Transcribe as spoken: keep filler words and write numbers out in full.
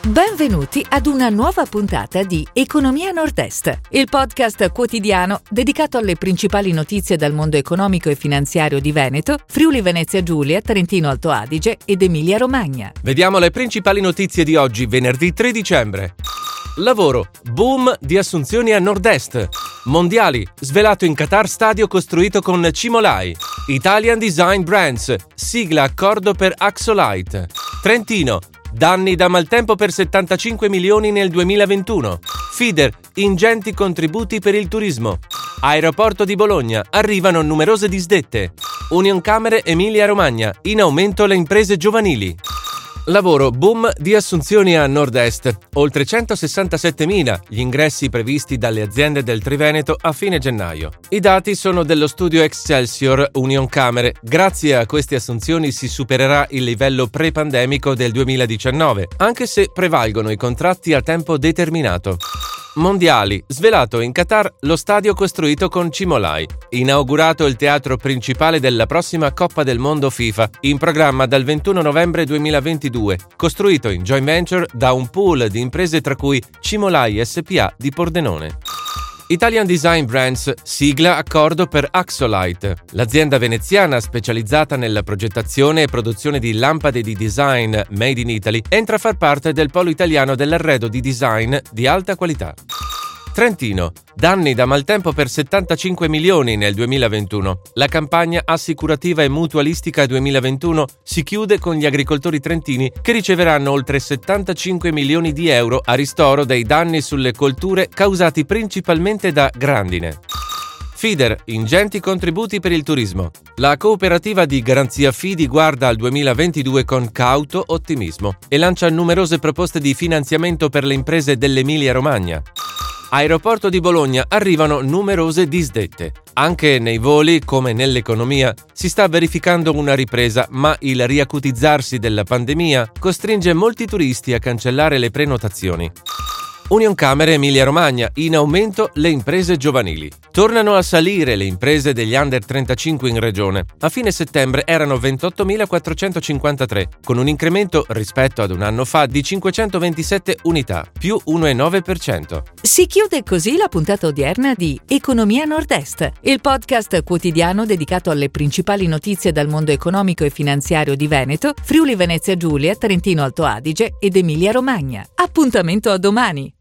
Benvenuti ad una nuova puntata di Economia Nord-Est, il podcast quotidiano dedicato alle principali notizie dal mondo economico e finanziario di Veneto, Friuli Venezia Giulia, Trentino Alto Adige ed Emilia Romagna. Vediamo le principali notizie di oggi, venerdì tre dicembre. Lavoro, boom di assunzioni a Nord-Est. Mondiali, svelato in Qatar stadio costruito con Cimolai. Italian Design Brands, sigla accordo per Axolite. Trentino, danni da maltempo per settantacinque milioni nel duemilaventuno. Feeder, ingenti contributi per il turismo. Aeroporto di Bologna, arrivano numerose disdette. Unioncamere Emilia Romagna, in aumento le imprese giovanili. Lavoro, boom di assunzioni a Nord-Est, oltre centosessantasettemila gli ingressi previsti dalle aziende del Triveneto a fine gennaio. I dati sono dello studio Excelsior Unioncamere. Grazie a queste assunzioni si supererà il livello pre-pandemico del duemiladiciannove, anche se prevalgono i contratti a tempo determinato. Mondiali, svelato in Qatar lo stadio costruito con Cimolai. Inaugurato il teatro principale della prossima Coppa del Mondo FIFA, in programma dal ventuno novembre duemilaventidue, costruito in joint venture da un pool di imprese tra cui Cimolai S P A di Pordenone. Italian Design Brands, sigla accordo per Axolite. L'azienda veneziana specializzata nella progettazione e produzione di lampade di design made in Italy entra a far parte del polo italiano dell'arredo di design di alta qualità. Trentino, danni da maltempo per settantacinque milioni nel duemilaventuno. La campagna assicurativa e mutualistica duemilaventuno si chiude con gli agricoltori trentini che riceveranno oltre settantacinque milioni di euro a ristoro dei danni sulle colture causati principalmente da grandine. Feeder, ingenti contributi per il turismo. La cooperativa di garanzia Fidi guarda al duemilaventidue con cauto ottimismo e lancia numerose proposte di finanziamento per le imprese dell'Emilia Romagna. Aeroporto di Bologna, arrivano numerose disdette. Anche nei voli, come nell'economia, si sta verificando una ripresa, ma il riacutizzarsi della pandemia costringe molti turisti a cancellare le prenotazioni. Unioncamere Emilia Romagna, in aumento le imprese giovanili. Tornano a salire le imprese degli under trentacinque in regione. A fine settembre erano ventottomilaquattrocentocinquantatré, con un incremento rispetto ad un anno fa di cinquecentoventisette unità, più uno virgola nove per cento. Si chiude così la puntata odierna di Economia Nord-Est, il podcast quotidiano dedicato alle principali notizie dal mondo economico e finanziario di Veneto, Friuli Venezia Giulia, Trentino Alto Adige ed Emilia Romagna. Appuntamento a domani!